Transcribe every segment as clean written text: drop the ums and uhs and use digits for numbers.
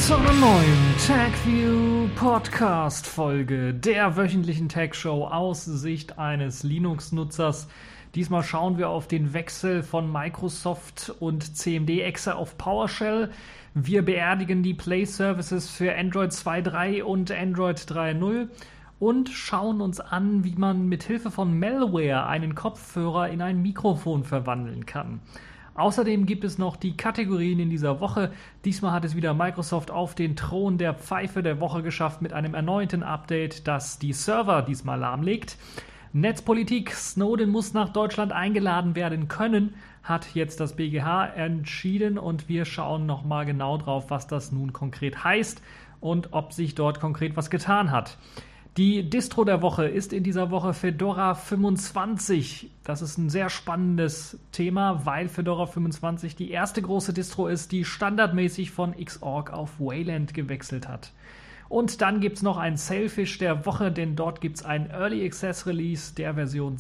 zu einer neuen TechView Podcast Folge der wöchentlichen Tech Show aus Sicht eines Linux-Nutzers. Diesmal schauen wir auf den Wechsel von Microsoft und CMD-Exe auf PowerShell. Wir beerdigen die Play Services für Android 2.3 und Android 3.0 und schauen uns an, wie man mit Hilfe von Malware einen Kopfhörer in ein Mikrofon verwandeln kann. Außerdem gibt es noch die Kategorien in dieser Woche. Diesmal hat es wieder Microsoft auf den Thron der Pfeife der Woche geschafft mit einem erneuten Update, das die Server diesmal lahmlegt. Netzpolitik: Snowden muss nach Deutschland eingeladen werden können, hat jetzt das BGH entschieden, und wir schauen nochmal genau drauf, was das nun konkret heißt und ob sich dort konkret was getan hat. Die Distro der Woche ist in dieser Woche Fedora 25. Das ist ein sehr spannendes Thema, weil Fedora 25 die erste große Distro ist, die standardmäßig von Xorg auf Wayland gewechselt hat. Und dann gibt es noch ein Sailfish der Woche, denn dort gibt es ein Early Access Release der Version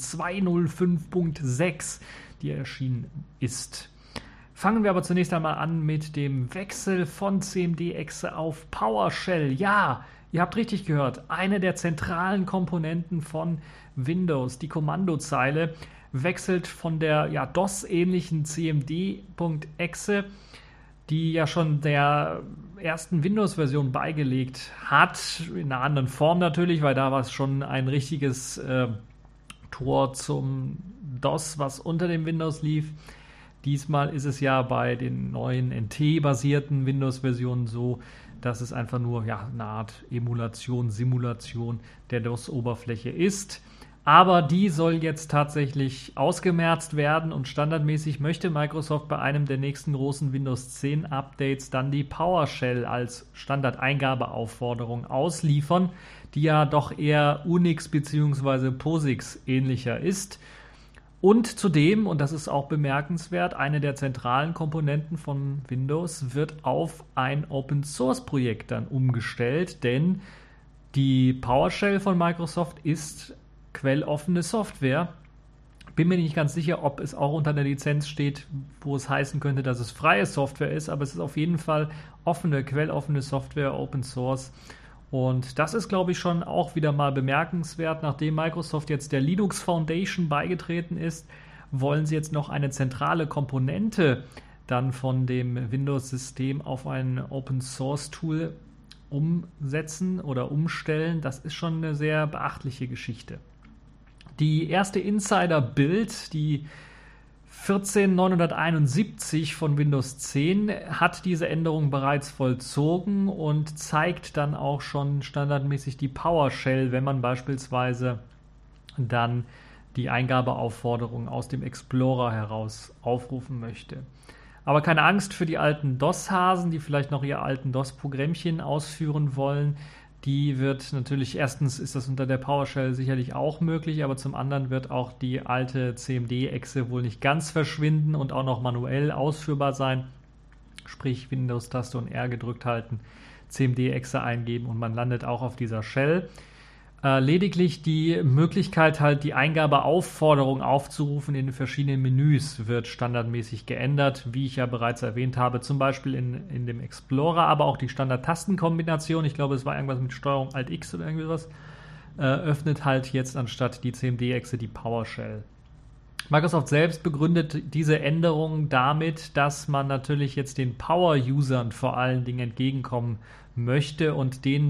2.05.6, die erschienen ist. Fangen wir aber zunächst einmal an mit dem Wechsel von CMD-Exe auf PowerShell. Ja, ihr habt richtig gehört, eine der zentralen Komponenten von Windows, die Kommandozeile, wechselt von der DOS-ähnlichen CMD.exe, die ja schon der ersten Windows-Version beigelegt hat, in einer anderen Form natürlich, weil da war es schon ein richtiges Tor zum DOS, was unter dem Windows lief. Diesmal ist es ja bei den neuen NT-basierten Windows-Versionen so, dass es einfach nur eine Art Emulation, Simulation der DOS-Oberfläche ist. Aber die soll jetzt tatsächlich ausgemerzt werden, und standardmäßig möchte Microsoft bei einem der nächsten großen Windows 10 Updates dann die PowerShell als Standardeingabeaufforderung ausliefern, die ja doch eher Unix bzw. POSIX ähnlicher ist. Und zudem, und das ist auch bemerkenswert, eine der zentralen Komponenten von Windows wird auf ein Open-Source-Projekt dann umgestellt, denn die PowerShell von Microsoft ist quelloffene Software. Bin mir nicht ganz sicher, ob es auch unter einer Lizenz steht, wo es heißen könnte, dass es freie Software ist, aber es ist auf jeden Fall quelloffene Software, Open Source. Und das ist, glaube ich, schon auch wieder mal bemerkenswert. Nachdem Microsoft jetzt der Linux Foundation beigetreten ist, wollen sie jetzt noch eine zentrale Komponente dann von dem Windows-System auf ein Open-Source-Tool umsetzen oder umstellen. Das ist schon eine sehr beachtliche Geschichte. Die erste Insider-Build, die 14971 von Windows 10, hat diese Änderung bereits vollzogen und zeigt dann auch schon standardmäßig die PowerShell, wenn man beispielsweise dann die Eingabeaufforderung aus dem Explorer heraus aufrufen möchte. Aber keine Angst für die alten DOS-Hasen, die vielleicht noch ihr alten DOS-Programmchen ausführen wollen. Die wird natürlich, erstens ist das unter der PowerShell sicherlich auch möglich, aber zum anderen wird auch die alte CMD-Exe wohl nicht ganz verschwinden und auch noch manuell ausführbar sein. Sprich, Windows-Taste und R gedrückt halten, CMD-Exe eingeben und man landet auch auf dieser Shell. Lediglich die Möglichkeit, halt die Eingabeaufforderung aufzurufen in den verschiedenen Menüs, wird standardmäßig geändert, wie ich ja bereits erwähnt habe, zum Beispiel in dem Explorer, aber auch die Standard-Tastenkombination, ich glaube, es war irgendwas mit Steuerung Alt-X oder irgendwie was, öffnet halt jetzt anstatt die CMD-Exe die PowerShell. Microsoft selbst begründet diese Änderung damit, dass man natürlich jetzt den Power-Usern vor allen Dingen entgegenkommen möchte und denen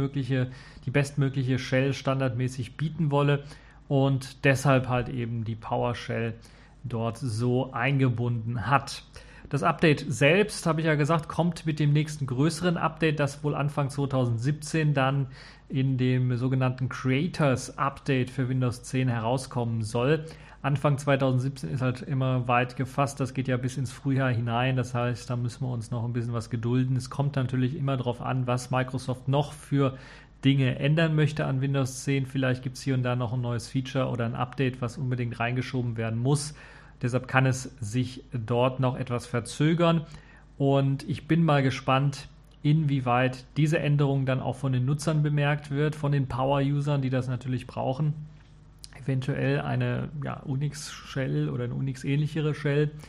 die bestmögliche Shell standardmäßig bieten wolle und deshalb halt eben die PowerShell dort so eingebunden hat. Das Update selbst, habe ich ja gesagt, kommt mit dem nächsten größeren Update, das wohl Anfang 2017 dann in dem sogenannten Creators Update für Windows 10 herauskommen soll. Anfang 2017 ist halt immer weit gefasst, das geht ja bis ins Frühjahr hinein, das heißt, da müssen wir uns noch ein bisschen was gedulden. Es kommt natürlich immer darauf an, was Microsoft noch für Dinge ändern möchte an Windows 10. Vielleicht gibt es hier und da noch ein neues Feature oder ein Update, was unbedingt reingeschoben werden muss. Deshalb kann es sich dort noch etwas verzögern und ich bin mal gespannt, inwieweit diese Änderung dann auch von den Nutzern bemerkt wird, von den Power-Usern, die das natürlich brauchen. Eventuell eine Unix-Shell oder eine Unix-ähnlichere Shell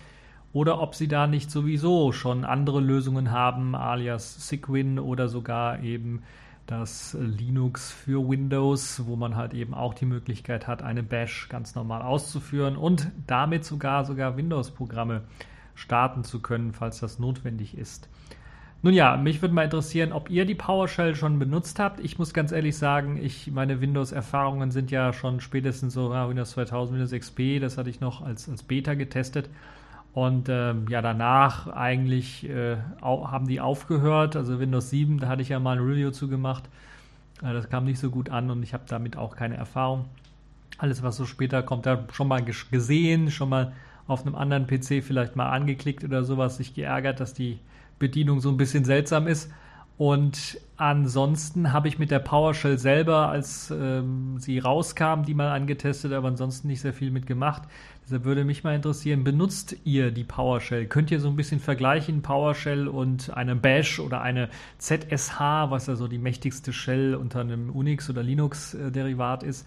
oder ob sie da nicht sowieso schon andere Lösungen haben, alias Cygwin oder sogar eben das Linux für Windows, wo man halt eben auch die Möglichkeit hat, eine Bash ganz normal auszuführen und damit sogar Windows-Programme starten zu können, falls das notwendig ist. Nun ja, mich würde mal interessieren, ob ihr die PowerShell schon benutzt habt. Ich muss ganz ehrlich sagen, meine Windows-Erfahrungen sind ja schon spätestens so Windows 2000, Windows XP, das hatte ich noch als Beta getestet. Und danach eigentlich haben die aufgehört. Also Windows 7, da hatte ich ja mal ein Review zu gemacht. Das kam nicht so gut an und ich habe damit auch keine Erfahrung. Alles, was so später kommt, da schon mal gesehen, schon mal auf einem anderen PC vielleicht mal angeklickt oder sowas, sich geärgert, dass die Bedienung so ein bisschen seltsam ist. Und ansonsten habe ich mit der PowerShell selber, als sie rauskam, die mal angetestet, aber ansonsten nicht sehr viel mitgemacht. Deshalb würde mich mal interessieren, benutzt ihr die PowerShell? Könnt ihr so ein bisschen vergleichen, PowerShell und eine Bash oder eine ZSH, was ja so die mächtigste Shell unter einem Unix- oder Linux-Derivat ist?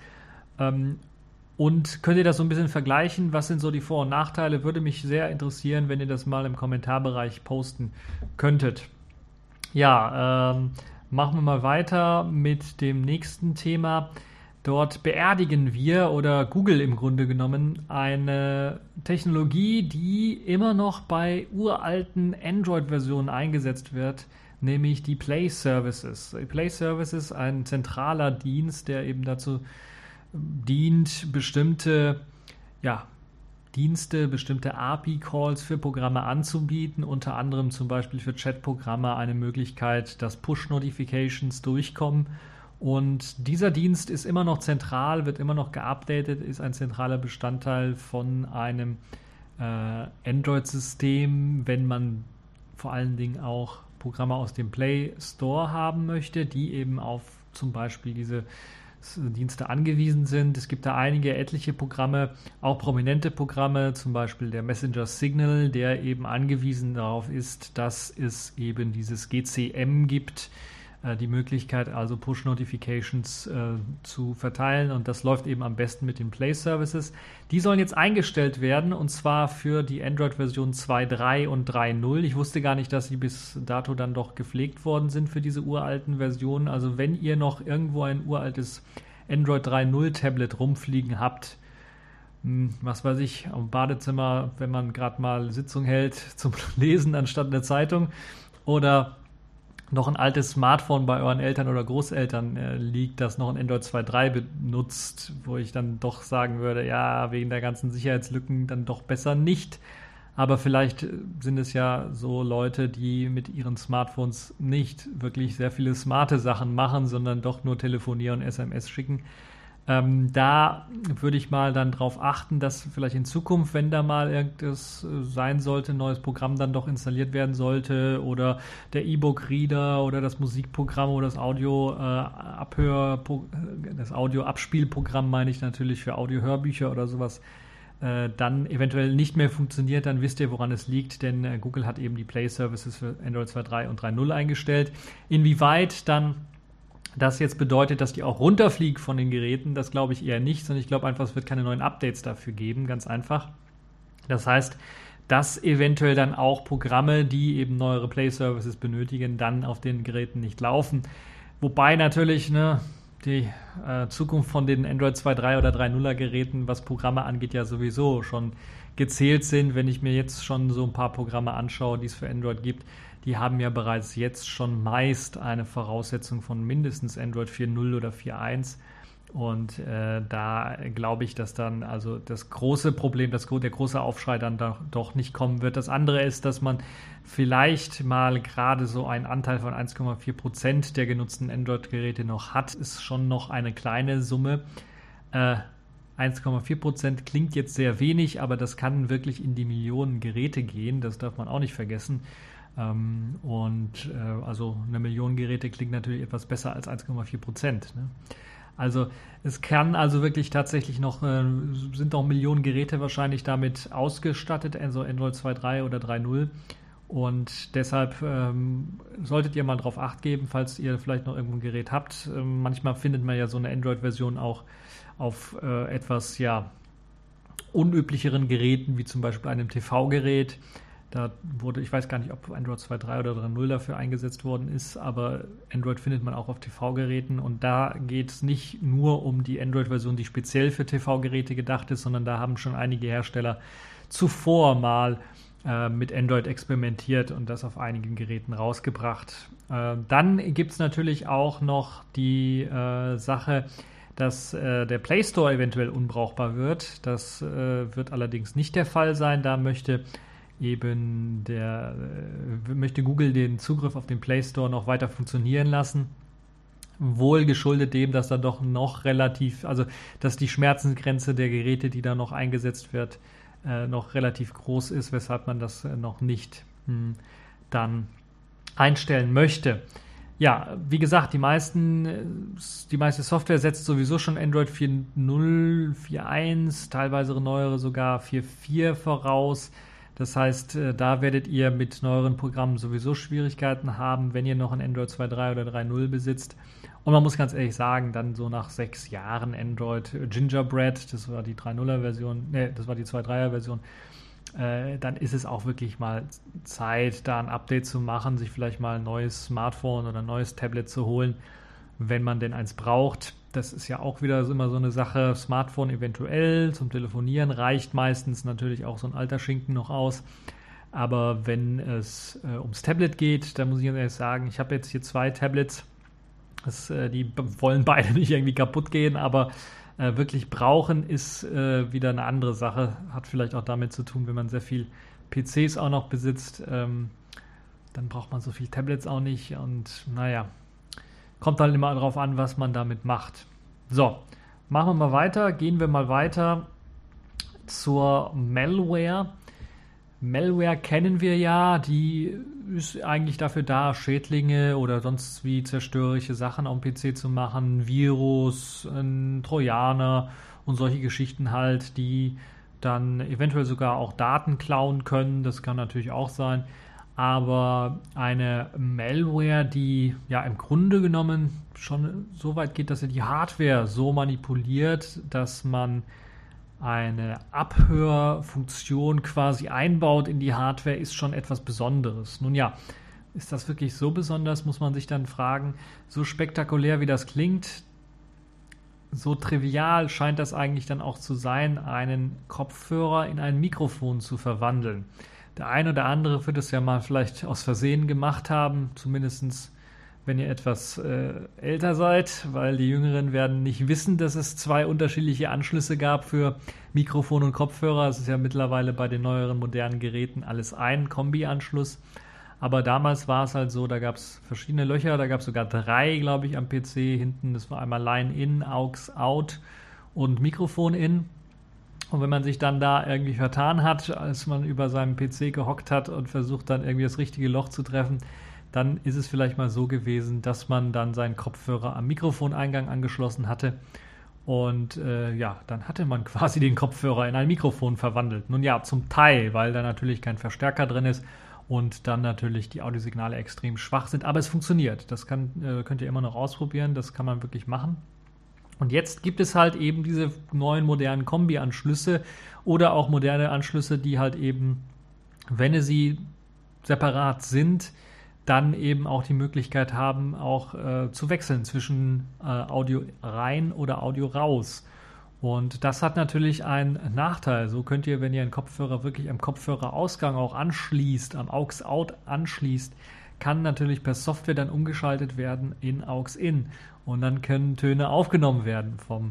Und könnt ihr das so ein bisschen vergleichen? Was sind so die Vor- und Nachteile? Würde mich sehr interessieren, wenn ihr das mal im Kommentarbereich posten könntet. Ja, machen wir mal weiter mit dem nächsten Thema. Dort beerdigen wir oder Google im Grunde genommen eine Technologie, die immer noch bei uralten Android-Versionen eingesetzt wird, nämlich die Play Services. Die Play Services, ein zentraler Dienst, der eben dazu dient, bestimmte Dienste, bestimmte API-Calls für Programme anzubieten, unter anderem zum Beispiel für Chat-Programme eine Möglichkeit, dass Push-Notifications durchkommen. Und dieser Dienst ist immer noch zentral, wird immer noch geupdatet, ist ein zentraler Bestandteil von einem Android-System, wenn man vor allen Dingen auch Programme aus dem Play Store haben möchte, die eben auf zum Beispiel diese Dienste angewiesen sind. Es gibt da etliche Programme, auch prominente Programme, zum Beispiel der Messenger Signal, der eben angewiesen darauf ist, dass es eben dieses GCM gibt, die Möglichkeit also Push-Notifications zu verteilen, und das läuft eben am besten mit den Play-Services. Die sollen jetzt eingestellt werden, und zwar für die Android-Version 2.3 und 3.0. Ich wusste gar nicht, dass sie bis dato dann doch gepflegt worden sind für diese uralten Versionen. Also wenn ihr noch irgendwo ein uraltes Android 3.0 Tablet rumfliegen habt, was weiß ich, im Badezimmer, wenn man gerade mal Sitzung hält zum Lesen anstatt einer Zeitung, oder noch ein altes Smartphone bei euren Eltern oder Großeltern liegt, das noch ein Android 2.3 benutzt, wo ich dann doch sagen würde, ja, wegen der ganzen Sicherheitslücken dann doch besser nicht. Aber vielleicht sind es ja so Leute, die mit ihren Smartphones nicht wirklich sehr viele smarte Sachen machen, sondern doch nur telefonieren und SMS schicken. Da würde ich mal dann drauf achten, dass vielleicht in Zukunft, wenn da mal irgendwas sein sollte, ein neues Programm dann doch installiert werden sollte, oder der E-Book-Reader oder das Musikprogramm oder das Audio-Abspielprogramm, meine ich natürlich, für Audio-Hörbücher oder sowas, dann eventuell nicht mehr funktioniert, dann wisst ihr, woran es liegt, denn Google hat eben die Play-Services für Android 2.3 und 3.0 eingestellt. Inwieweit dann das jetzt bedeutet, dass die auch runterfliegt von den Geräten, das glaube ich eher nicht, sondern ich glaube einfach, es wird keine neuen Updates dafür geben, ganz einfach. Das heißt, dass eventuell dann auch Programme, die eben neuere Play-Services benötigen, dann auf den Geräten nicht laufen. Wobei natürlich die Zukunft von den Android 2.3 oder 3.0er Geräten, was Programme angeht, ja sowieso schon gezählt sind. Wenn ich mir jetzt schon so ein paar Programme anschaue, die es für Android gibt, die haben ja bereits jetzt schon meist eine Voraussetzung von mindestens Android 4.0 oder 4.1. Und da glaube ich, dass dann also das große Problem, der große Aufschrei dann doch nicht kommen wird. Das andere ist, dass man vielleicht mal gerade so einen Anteil von 1,4% der genutzten Android-Geräte noch hat, ist schon noch eine kleine Summe. 1,4% klingt jetzt sehr wenig, aber das kann wirklich in die Millionen Geräte gehen. Das darf man auch nicht vergessen. Also eine Million Geräte klingt natürlich etwas besser als 1,4%. Ne? Also es kann also wirklich tatsächlich sind noch Millionen Geräte wahrscheinlich damit ausgestattet, also Android 2.3 oder 3.0. Und deshalb solltet ihr mal drauf Acht geben, falls ihr vielleicht noch irgendwo ein Gerät habt. Manchmal findet man ja so eine Android-Version auch auf etwas unüblicheren Geräten, wie zum Beispiel einem TV-Gerät. Da wurde, ich weiß gar nicht, ob Android 2.3 oder 3.0 dafür eingesetzt worden ist, aber Android findet man auch auf TV-Geräten und da geht es nicht nur um die Android-Version, die speziell für TV-Geräte gedacht ist, sondern da haben schon einige Hersteller zuvor mal mit Android experimentiert und das auf einigen Geräten rausgebracht. Dann gibt es natürlich auch noch die Sache, dass der Play Store eventuell unbrauchbar wird. Das wird allerdings nicht der Fall sein. Da möchte Google den Zugriff auf den Play Store noch weiter funktionieren lassen. Wohl geschuldet dem, dass da doch noch dass die Schmerzensgrenze der Geräte, die da noch eingesetzt wird, noch relativ groß ist, weshalb man das noch nicht dann einstellen möchte. Ja, wie gesagt, die meiste Software setzt sowieso schon Android 4.0, 4.1, teilweise neuere sogar 4.4 voraus. Das heißt, da werdet ihr mit neueren Programmen sowieso Schwierigkeiten haben, wenn ihr noch ein Android 2.3 oder 3.0 besitzt. Und man muss ganz ehrlich sagen, dann so nach 6 Jahren Android Gingerbread, das war die 3.0er Version, das war die 2.3er Version, dann ist es auch wirklich mal Zeit, da ein Update zu machen, sich vielleicht mal ein neues Smartphone oder ein neues Tablet zu holen, wenn man denn eins braucht. Das ist ja auch wieder immer so eine Sache. Smartphone eventuell zum Telefonieren reicht meistens natürlich auch so ein alter Schinken noch aus. Aber wenn es ums Tablet geht, da muss ich ehrlich sagen, ich habe jetzt hier 2 Tablets. Die wollen beide nicht irgendwie kaputt gehen, aber wirklich brauchen ist wieder eine andere Sache. Hat vielleicht auch damit zu tun, wenn man sehr viel PCs auch noch besitzt, dann braucht man so viel Tablets auch nicht. Und naja, kommt halt immer darauf an, was man damit macht. So, machen wir mal weiter. Gehen wir mal weiter zur Malware. Malware kennen wir ja, die ist eigentlich dafür da, Schädlinge oder sonst wie zerstörerische Sachen am PC zu machen, Virus, ein Trojaner und solche Geschichten halt, die dann eventuell sogar auch Daten klauen können, das kann natürlich auch sein, aber eine Malware, die ja im Grunde genommen schon so weit geht, dass sie die Hardware so manipuliert, dass man eine Abhörfunktion quasi einbaut in die Hardware, ist schon etwas Besonderes. Nun ja, ist das wirklich so besonders, muss man sich dann fragen. So spektakulär wie das klingt, so trivial scheint das eigentlich dann auch zu sein, einen Kopfhörer in ein Mikrofon zu verwandeln. Der ein oder andere wird es ja mal vielleicht aus Versehen gemacht haben, zumindest wenn ihr etwas älter seid, weil die Jüngeren werden nicht wissen, dass es 2 unterschiedliche Anschlüsse gab für Mikrofon und Kopfhörer. Es ist ja mittlerweile bei den neueren modernen Geräten alles ein Kombi-Anschluss. Aber damals war es halt so, da gab es verschiedene Löcher, da gab es sogar 3, glaube ich, am PC. Hinten, das war einmal Line-In, AUX-Out und Mikrofon-In. Und wenn man sich dann da irgendwie vertan hat, als man über seinem PC gehockt hat und versucht dann irgendwie das richtige Loch zu treffen, dann ist es vielleicht mal so gewesen, dass man dann seinen Kopfhörer am Mikrofoneingang angeschlossen hatte und dann hatte man quasi den Kopfhörer in ein Mikrofon verwandelt. Nun ja, zum Teil, weil da natürlich kein Verstärker drin ist und dann natürlich die Audiosignale extrem schwach sind, aber es funktioniert. Das könnt ihr immer noch ausprobieren, das kann man wirklich machen. Und jetzt gibt es halt eben diese neuen modernen Kombi-Anschlüsse oder auch moderne Anschlüsse, die halt eben, wenn sie separat sind, dann eben auch die Möglichkeit haben, auch zu wechseln zwischen Audio rein oder Audio raus. Und das hat natürlich einen Nachteil. So könnt ihr, wenn ihr einen Kopfhörer wirklich am Kopfhörerausgang auch anschließt, am AUX-Out anschließt, kann natürlich per Software dann umgeschaltet werden in AUX-In. Und dann können Töne aufgenommen werden vom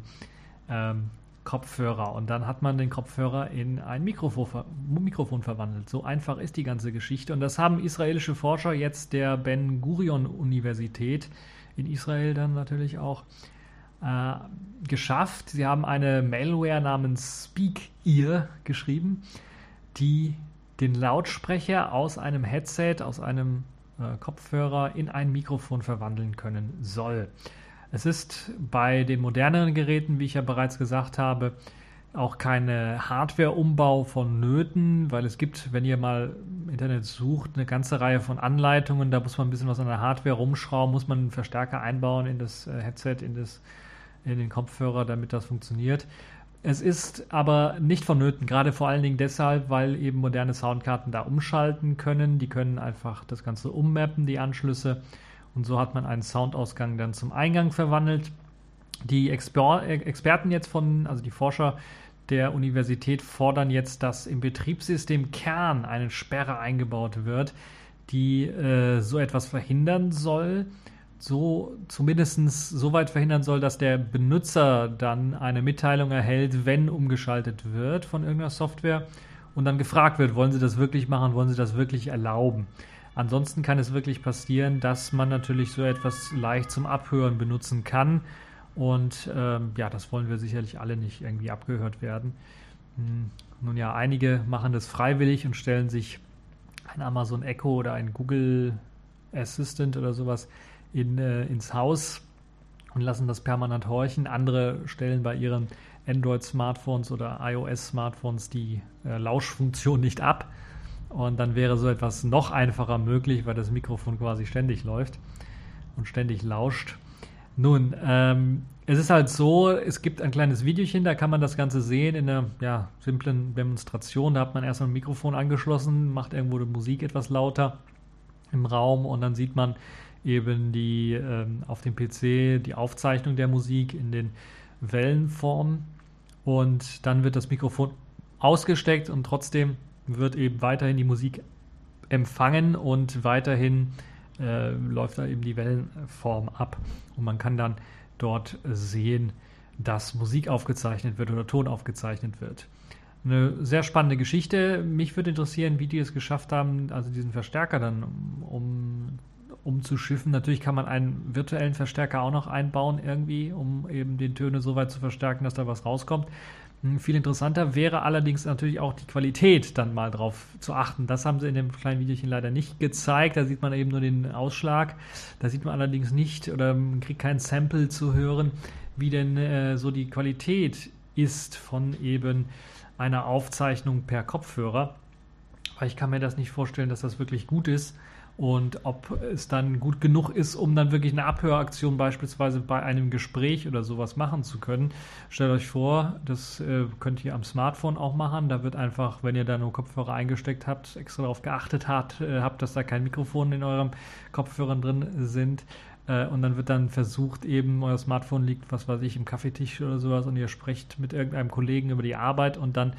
Kopfhörer und dann hat man den Kopfhörer in ein Mikrofon verwandelt. So einfach ist die ganze Geschichte und das haben israelische Forscher jetzt der Ben-Gurion-Universität in Israel dann natürlich auch geschafft. Sie haben eine Malware namens SpeakEar geschrieben, die den Lautsprecher aus einem Headset, aus einem Kopfhörer in ein Mikrofon verwandeln können soll. Es ist bei den moderneren Geräten, wie ich ja bereits gesagt habe, auch keine Hardware-Umbau vonnöten, weil es gibt, wenn ihr mal im Internet sucht, eine ganze Reihe von Anleitungen, da muss man ein bisschen was an der Hardware rumschrauben, muss man einen Verstärker einbauen in das Headset, in den Kopfhörer, damit das funktioniert. Es ist aber nicht vonnöten, gerade vor allen Dingen deshalb, weil eben moderne Soundkarten da umschalten können. Die können einfach das Ganze ummappen, die Anschlüsse. Und so hat man einen Soundausgang dann zum Eingang verwandelt. Die Experten jetzt also die Forscher der Universität fordern jetzt, dass im Betriebssystem Kern eine Sperre eingebaut wird, die so etwas verhindern soll. Zumindest so weit verhindern soll, dass der Benutzer dann eine Mitteilung erhält, wenn umgeschaltet wird von irgendeiner Software und dann gefragt wird, wollen Sie das wirklich machen, wollen Sie das wirklich erlauben. Ansonsten kann es wirklich passieren, dass man natürlich so etwas leicht zum Abhören benutzen kann und das wollen wir sicherlich alle nicht irgendwie abgehört werden. Nun ja, einige machen das freiwillig und stellen sich ein Amazon Echo oder ein Google Assistant oder sowas ins Haus und lassen das permanent horchen. Andere stellen bei ihren Android-Smartphones oder iOS-Smartphones die Lauschfunktion nicht ab. Und dann wäre so etwas noch einfacher möglich, weil das Mikrofon quasi ständig läuft und ständig lauscht. Nun, es ist halt so, es gibt ein kleines Videochen, da kann man das Ganze sehen in einer simplen Demonstration. Da hat man erstmal ein Mikrofon angeschlossen, macht irgendwo die Musik etwas lauter im Raum und dann sieht man eben auf dem PC die Aufzeichnung der Musik in den Wellenformen und dann wird das Mikrofon ausgesteckt und trotzdem wird eben weiterhin die Musik empfangen und weiterhin läuft da eben die Wellenform ab und man kann dann dort sehen, dass Musik aufgezeichnet wird oder Ton aufgezeichnet wird. Eine sehr spannende Geschichte. Mich würde interessieren, wie die es geschafft haben, also diesen Verstärker dann umzuschiffen. Natürlich kann man einen virtuellen Verstärker auch noch einbauen irgendwie, um eben die Töne so weit zu verstärken, dass da was rauskommt. Viel interessanter wäre allerdings natürlich auch die Qualität dann mal drauf zu achten. Das haben sie in dem kleinen Videochen leider nicht gezeigt. Da sieht man eben nur den Ausschlag. Da sieht man allerdings nicht oder man kriegt kein Sample zu hören, wie denn so die Qualität ist von eben einer Aufzeichnung per Kopfhörer. Weil ich kann mir das nicht vorstellen, dass das wirklich gut ist. Und ob es dann gut genug ist, um dann wirklich eine Abhöraktion beispielsweise bei einem Gespräch oder sowas machen zu können. Stellt euch vor, das könnt ihr am Smartphone auch machen. Da wird einfach, wenn ihr da nur Kopfhörer eingesteckt habt, extra darauf geachtet habt, dass da kein Mikrofon in eurem Kopfhörern drin sind. Und dann wird dann versucht, eben euer Smartphone liegt, was weiß ich, im Kaffeetisch oder sowas und ihr sprecht mit irgendeinem Kollegen über die Arbeit und dann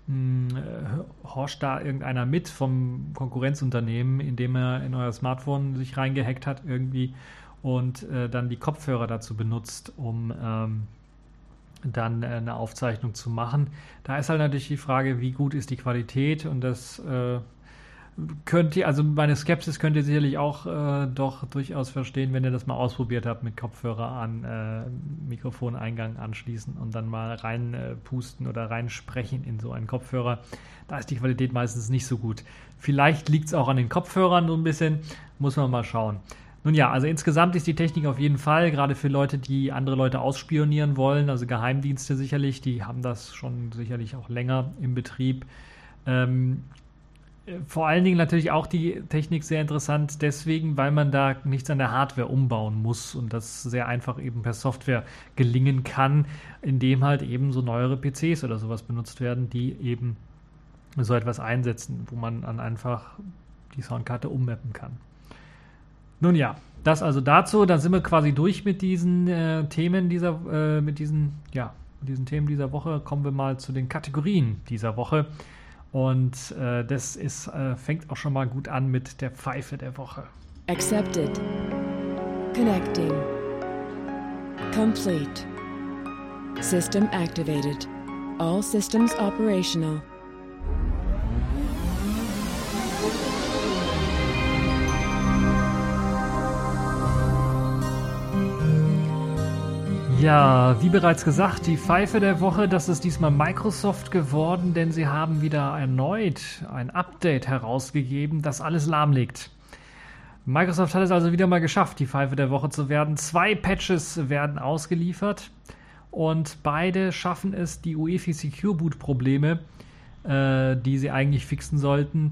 horcht da irgendeiner mit vom Konkurrenzunternehmen, indem er in euer Smartphone sich reingehackt hat irgendwie und dann die Kopfhörer dazu benutzt, um dann eine Aufzeichnung zu machen. Da ist halt natürlich die Frage, wie gut ist die Qualität und das also meine Skepsis könnt ihr sicherlich auch doch durchaus verstehen, wenn ihr das mal ausprobiert habt mit Kopfhörer an Mikrofoneingang anschließen und dann mal reinpusten oder reinsprechen in so einen Kopfhörer. Da ist die Qualität meistens nicht so gut. Vielleicht liegt es auch an den Kopfhörern so ein bisschen, muss man mal schauen. Nun ja, also insgesamt ist die Technik auf jeden Fall, gerade für Leute, die andere Leute ausspionieren wollen, also Geheimdienste sicherlich, die haben das schon sicherlich auch länger im Betrieb. Vor allen Dingen natürlich auch die Technik sehr interessant deswegen, weil man da nichts an der Hardware umbauen muss und das sehr einfach eben per Software gelingen kann, indem halt eben so neuere PCs oder sowas benutzt werden, die eben so etwas einsetzen, wo man dann einfach die Soundkarte ummappen kann. Nun ja, das also dazu, dann sind wir quasi durch mit diesen Themen mit diesen Themen dieser Woche. Kommen wir mal zu den Kategorien dieser Woche. Und das fängt auch schon mal gut an mit der Pfeife der Woche. Accepted. Connecting. Complete. System activated. All systems operational. Ja, wie bereits gesagt, die Pfeife der Woche, das ist diesmal Microsoft geworden, denn sie haben wieder erneut ein Update herausgegeben, das alles lahmlegt. Microsoft hat es also wieder mal geschafft, die Pfeife der Woche zu werden. 2 Patches werden ausgeliefert und beide schaffen es, die UEFI Secure Boot Probleme, die sie eigentlich fixen sollten,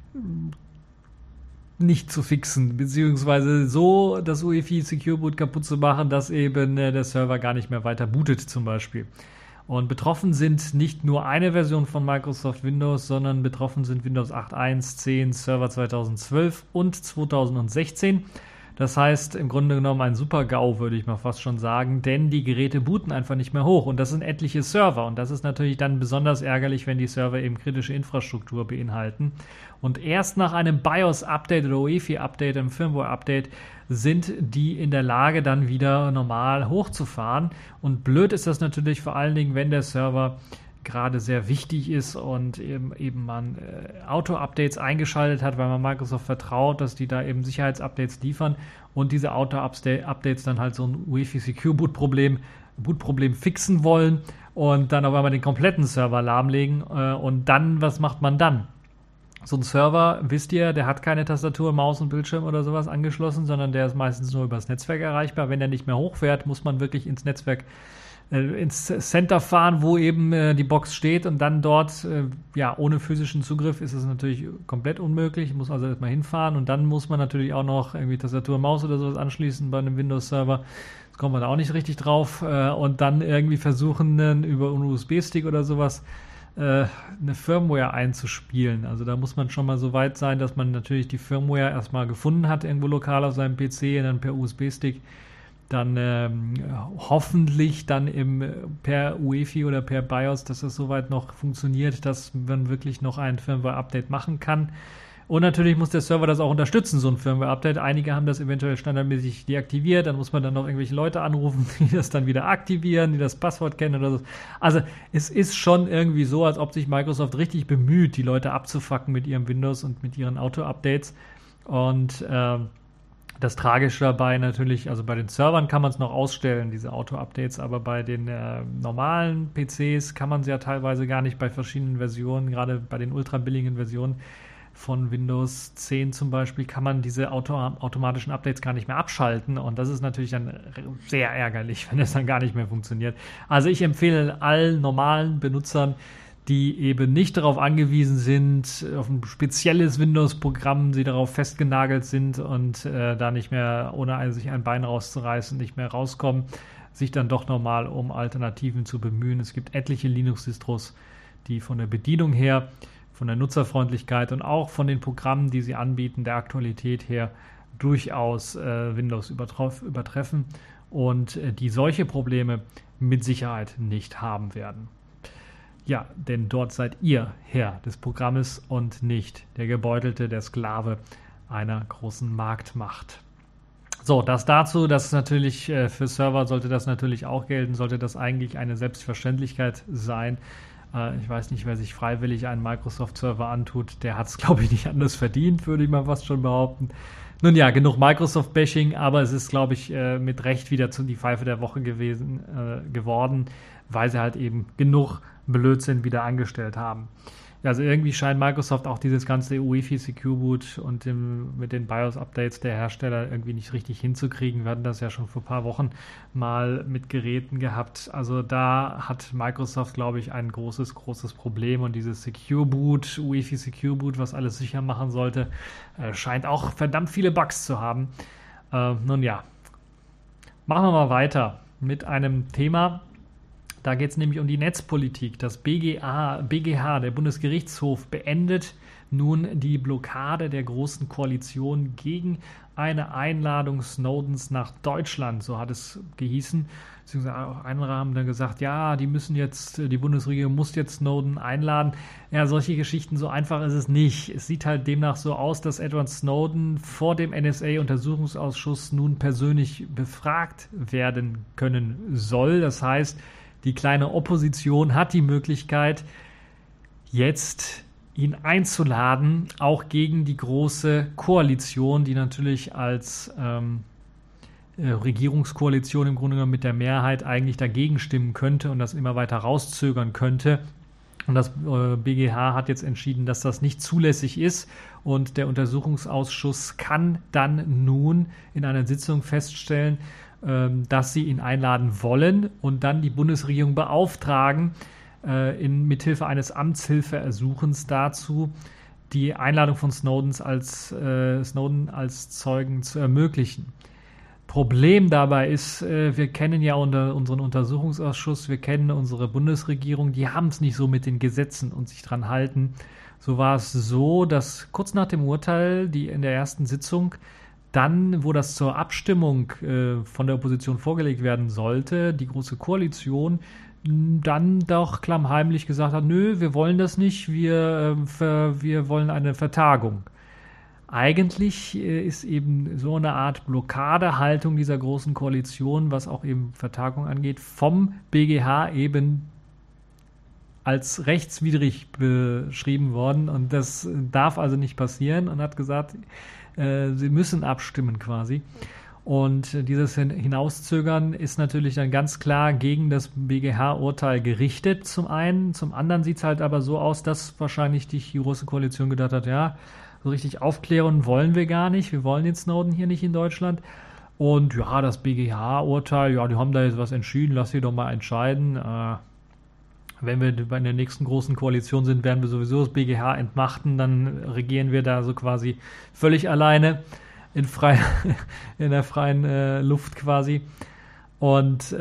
nicht zu fixen, beziehungsweise so das UEFI Secure Boot kaputt zu machen, dass eben der Server gar nicht mehr weiter bootet zum Beispiel. Und betroffen sind nicht nur eine Version von Microsoft Windows, sondern betroffen sind Windows 8.1, 10, Server 2012 und 2016. Das heißt, im Grunde genommen ein Super-GAU, würde ich mal fast schon sagen, denn die Geräte booten einfach nicht mehr hoch und das sind etliche Server und das ist natürlich dann besonders ärgerlich, wenn die Server eben kritische Infrastruktur beinhalten. Und erst nach einem BIOS-Update oder UEFI-Update, einem Firmware-Update, sind die in der Lage, dann wieder normal hochzufahren. Und blöd ist das natürlich vor allen Dingen, wenn der Server gerade sehr wichtig ist und eben man Auto-Updates eingeschaltet hat, weil man Microsoft vertraut, dass die da eben Sicherheitsupdates liefern und diese Auto-Updates dann halt so ein UEFI Secure Bootproblem fixen wollen und dann auf einmal den kompletten Server lahmlegen und dann, was macht man dann? So ein Server, wisst ihr, der hat keine Tastatur, Maus und Bildschirm oder sowas angeschlossen, sondern der ist meistens nur übers Netzwerk erreichbar. Wenn der nicht mehr hochfährt, muss man wirklich ins Netzwerk ins Center fahren, wo eben die Box steht und dann dort, ohne physischen Zugriff ist es natürlich komplett unmöglich. Ich muss also erstmal hinfahren und dann muss man natürlich auch noch irgendwie Tastatur, Maus oder sowas anschließen bei einem Windows-Server. Das kommt man da auch nicht richtig drauf und dann irgendwie versuchen, über einen USB-Stick oder sowas eine Firmware einzuspielen. Also da muss man schon mal so weit sein, dass man natürlich die Firmware erstmal gefunden hat, irgendwo lokal auf seinem PC und dann per USB-Stick dann hoffentlich dann per UEFI oder per BIOS, dass das soweit noch funktioniert, dass man wirklich noch ein Firmware-Update machen kann. Und natürlich muss der Server das auch unterstützen, so ein Firmware-Update. Einige haben das eventuell standardmäßig deaktiviert, dann muss man dann noch irgendwelche Leute anrufen, die das dann wieder aktivieren, die das Passwort kennen oder so. Also es ist schon irgendwie so, als ob sich Microsoft richtig bemüht, die Leute abzufacken mit ihrem Windows und mit ihren Auto-Updates. Und das Tragische dabei natürlich, also bei den Servern kann man es noch ausstellen, diese Auto-Updates, aber bei den normalen PCs kann man sie ja teilweise gar nicht bei verschiedenen Versionen, gerade bei den ultra-billigen Versionen von Windows 10 zum Beispiel, kann man diese automatischen Updates gar nicht mehr abschalten und das ist natürlich dann sehr ärgerlich, wenn das dann gar nicht mehr funktioniert. Also ich empfehle allen normalen Benutzern, die eben nicht darauf angewiesen sind, auf ein spezielles Windows-Programm, sie darauf festgenagelt sind und da nicht mehr, ohne sich ein Bein rauszureißen, nicht mehr rauskommen, sich dann doch nochmal um Alternativen zu bemühen. Es gibt etliche Linux-Distros, die von der Bedienung her, von der Nutzerfreundlichkeit und auch von den Programmen, die sie anbieten, der Aktualität her, durchaus Windows übertreffen und die solche Probleme mit Sicherheit nicht haben werden. Ja, denn dort seid ihr Herr des Programmes und nicht der Gebeutelte, der Sklave einer großen Marktmacht. So, das dazu, das ist natürlich für Server sollte das natürlich auch gelten, sollte das eigentlich eine Selbstverständlichkeit sein. Ich weiß nicht, wer sich freiwillig einen Microsoft-Server antut, der hat es, glaube ich, nicht anders verdient, würde ich mal fast schon behaupten. Nun ja, genug Microsoft-Bashing, aber es ist, glaube ich, mit Recht wieder die Pfeife der Woche geworden, weil sie halt eben genug Blödsinn wieder angestellt haben. Ja, also irgendwie scheint Microsoft auch dieses ganze UEFI Secure Boot und mit den BIOS-Updates der Hersteller irgendwie nicht richtig hinzukriegen. Wir hatten das ja schon vor ein paar Wochen mal mit Geräten gehabt. Also da hat Microsoft, glaube ich, ein großes Problem und dieses Secure Boot, UEFI Secure Boot, was alles sicher machen sollte, scheint auch verdammt viele Bugs zu haben. Nun ja, machen wir mal weiter mit einem Thema. Da geht es nämlich um die Netzpolitik. Das BGH, der Bundesgerichtshof, beendet nun die Blockade der Großen Koalition gegen eine Einladung Snowdens nach Deutschland, so hat es gehießen. Beziehungsweise auch andere haben dann gesagt, ja, die Bundesregierung muss jetzt Snowden einladen. Ja, solche Geschichten, so einfach ist es nicht. Es sieht halt demnach so aus, dass Edward Snowden vor dem NSA-Untersuchungsausschuss nun persönlich befragt werden können soll. Das heißt, die kleine Opposition hat die Möglichkeit, jetzt ihn einzuladen, auch gegen die große Koalition, die natürlich als Regierungskoalition im Grunde genommen mit der Mehrheit eigentlich dagegen stimmen könnte und das immer weiter rauszögern könnte. Und das BGH hat jetzt entschieden, dass das nicht zulässig ist und der Untersuchungsausschuss kann dann nun in einer Sitzung feststellen, dass sie ihn einladen wollen und dann die Bundesregierung beauftragen, mithilfe eines Amtshilfeersuchens dazu, die Einladung von Snowden als Zeugen zu ermöglichen. Problem dabei ist, wir kennen ja unseren Untersuchungsausschuss, wir kennen unsere Bundesregierung, die haben es nicht so mit den Gesetzen und sich dran halten. So war es so, dass kurz nach dem Urteil, die in der ersten Sitzung, dann, wo das zur Abstimmung von der Opposition vorgelegt werden sollte, die Große Koalition dann doch klammheimlich gesagt hat, nö, wir wollen das nicht, wir wollen eine Vertagung. Eigentlich ist eben so eine Art Blockadehaltung dieser Großen Koalition, was auch eben Vertagung angeht, vom BGH eben als rechtswidrig beschrieben worden. Und das darf also nicht passieren und hat gesagt, sie müssen abstimmen quasi. Und dieses Hinauszögern ist natürlich dann ganz klar gegen das BGH-Urteil gerichtet zum einen. Zum anderen sieht es halt aber so aus, dass wahrscheinlich die Große Koalition gedacht hat, ja, so richtig aufklären wollen wir gar nicht. Wir wollen den Snowden hier nicht in Deutschland. Und ja, das BGH-Urteil, ja, die haben da jetzt was entschieden, lass sie doch mal entscheiden. Wenn wir bei der nächsten großen Koalition sind, werden wir sowieso das BGH entmachten, dann regieren wir da so quasi völlig alleine in der freien Luft quasi. Und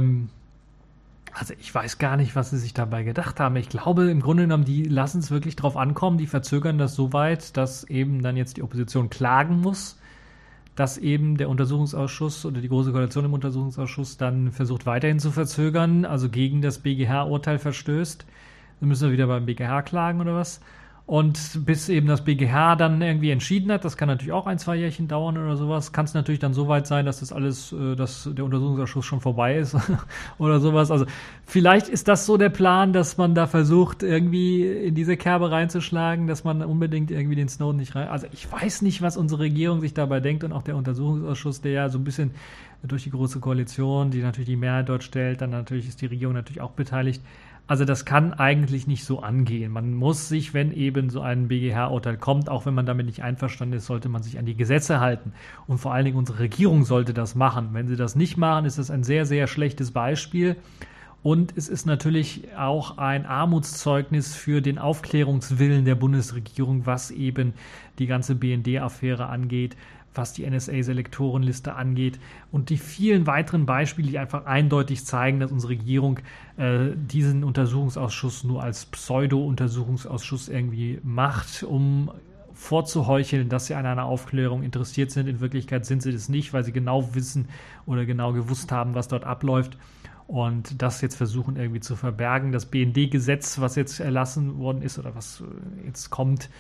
also ich weiß gar nicht, was sie sich dabei gedacht haben. Ich glaube, im Grunde genommen, die lassen es wirklich drauf ankommen, die verzögern das so weit, dass eben dann jetzt die Opposition klagen muss, dass eben der Untersuchungsausschuss oder die Große Koalition im Untersuchungsausschuss dann versucht weiterhin zu verzögern, also gegen das BGH-Urteil verstößt. Dann müssen wir wieder beim BGH klagen oder was. Und bis eben das BGH dann irgendwie entschieden hat, das kann natürlich auch 1-2 Jährchen dauern oder sowas, kann es natürlich dann so weit sein, dass das alles, dass der Untersuchungsausschuss schon vorbei ist oder sowas. Also vielleicht ist das so der Plan, dass man da versucht, irgendwie in diese Kerbe reinzuschlagen, dass man unbedingt irgendwie den Snowden nicht rein... Also ich weiß nicht, was unsere Regierung sich dabei denkt und auch der Untersuchungsausschuss, der ja so ein bisschen durch die Große Koalition, die natürlich die Mehrheit dort stellt, dann natürlich ist die Regierung natürlich auch beteiligt. Also das kann eigentlich nicht so angehen. Man muss sich, wenn eben so ein BGH-Urteil kommt, auch wenn man damit nicht einverstanden ist, sollte man sich an die Gesetze halten. Und vor allen Dingen unsere Regierung sollte das machen. Wenn sie das nicht machen, ist das ein sehr, sehr schlechtes Beispiel. Und es ist natürlich auch ein Armutszeugnis für den Aufklärungswillen der Bundesregierung, was eben die ganze BND-Affäre angeht, was die NSA-Selektorenliste angeht und die vielen weiteren Beispiele, die einfach eindeutig zeigen, dass unsere Regierung diesen Untersuchungsausschuss nur als Pseudo-Untersuchungsausschuss irgendwie macht, um vorzuheucheln, dass sie an einer Aufklärung interessiert sind. In Wirklichkeit sind sie das nicht, weil sie genau wissen oder genau gewusst haben, was dort abläuft und das jetzt versuchen irgendwie zu verbergen. Das BND-Gesetz, was jetzt erlassen worden ist oder was jetzt kommt,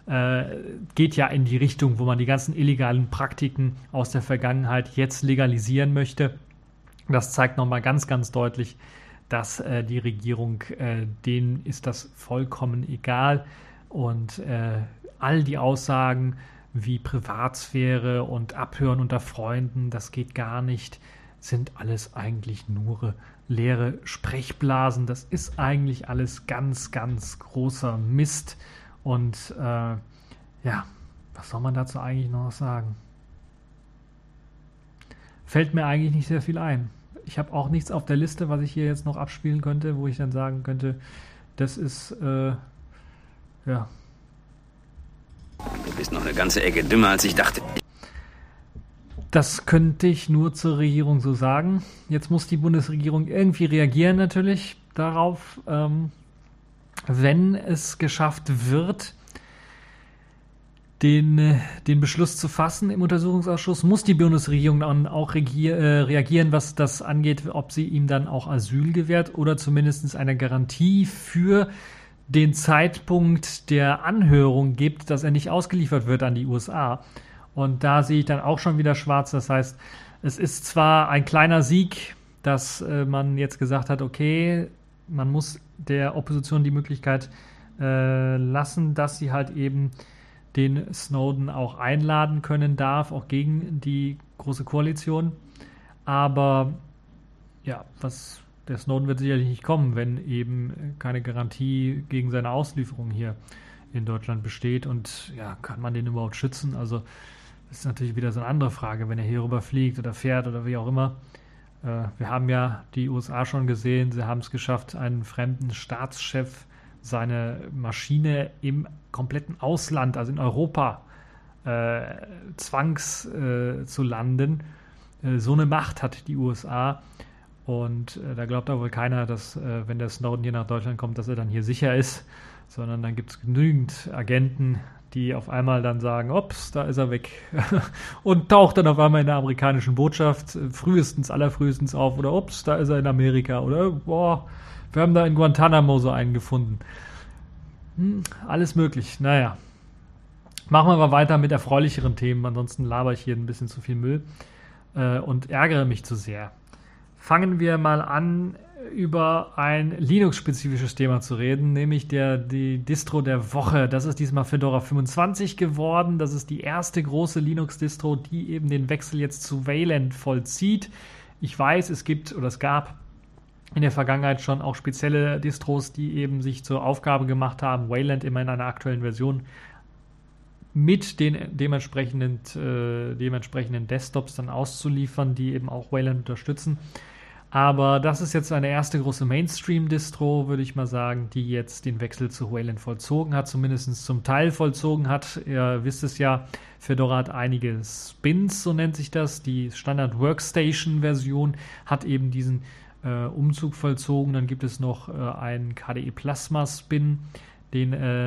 geht ja in die Richtung, wo man die ganzen illegalen Praktiken aus der Vergangenheit jetzt legalisieren möchte. Das zeigt nochmal ganz, ganz deutlich, dass die Regierung, denen ist das vollkommen egal und all die Aussagen wie Privatsphäre und Abhören unter Freunden, das geht gar nicht, sind alles eigentlich nur leere Sprechblasen. Das ist eigentlich alles ganz, ganz großer Mist. Und ja, was soll man dazu eigentlich noch sagen? Fällt mir eigentlich nicht sehr viel ein. Ich habe auch nichts auf der Liste, was ich hier jetzt noch abspielen könnte, wo ich dann sagen könnte, das ist, ja. Du bist noch eine ganze Ecke dümmer, als ich dachte. Das könnte ich nur zur Regierung so sagen. Jetzt muss die Bundesregierung irgendwie reagieren natürlich darauf, wenn es geschafft wird, den Beschluss zu fassen im Untersuchungsausschuss, muss die Bundesregierung dann auch reagieren, was das angeht, ob sie ihm dann auch Asyl gewährt oder zumindest eine Garantie für den Zeitpunkt der Anhörung gibt, dass er nicht ausgeliefert wird an die USA. Und da sehe ich dann auch schon wieder schwarz. Das heißt, es ist zwar ein kleiner Sieg, dass man jetzt gesagt hat, okay, man muss der Opposition die Möglichkeit lassen, dass sie halt eben den Snowden auch einladen können darf, auch gegen die Große Koalition. Aber ja, der Snowden wird sicherlich nicht kommen, wenn eben keine Garantie gegen seine Auslieferung hier in Deutschland besteht. Und ja, kann man den überhaupt schützen? Also das ist natürlich wieder so eine andere Frage, wenn er hier rüber fliegt oder fährt oder wie auch immer. Wir haben ja die USA schon gesehen, sie haben es geschafft, einen fremden Staatschef seine Maschine im kompletten Ausland, also in Europa, zu landen. So eine Macht hat die USA. Und da glaubt aber wohl keiner, dass, wenn der Snowden hier nach Deutschland kommt, dass er dann hier sicher ist, sondern dann gibt es genügend Agenten, die auf einmal dann sagen, ups, da ist er weg und taucht dann auf einmal in der amerikanischen Botschaft allerfrühestens auf oder ups, da ist er in Amerika oder boah, wir haben da in Guantanamo so einen gefunden. Alles möglich, naja. Machen wir mal weiter mit erfreulicheren Themen, ansonsten laber ich hier ein bisschen zu viel Müll und ärgere mich zu sehr. Fangen wir mal an, über ein Linux-spezifisches Thema zu reden, nämlich die Distro der Woche. Das ist diesmal Fedora 25 geworden. Das ist die erste große Linux-Distro, die eben den Wechsel jetzt zu Wayland vollzieht. Ich weiß, es gab in der Vergangenheit schon auch spezielle Distros, die eben sich zur Aufgabe gemacht haben, Wayland immer in einer aktuellen Version mit den dementsprechenden Desktops dann auszuliefern, die eben auch Wayland unterstützen. Aber das ist jetzt eine erste große Mainstream-Distro, würde ich mal sagen, die jetzt den Wechsel zu Wayland vollzogen hat, zumindest zum Teil vollzogen hat. Ihr wisst es ja, Fedora hat einige Spins, so nennt sich das. Die Standard-Workstation-Version hat eben diesen Umzug vollzogen. Dann gibt es noch einen KDE Plasma-Spin, den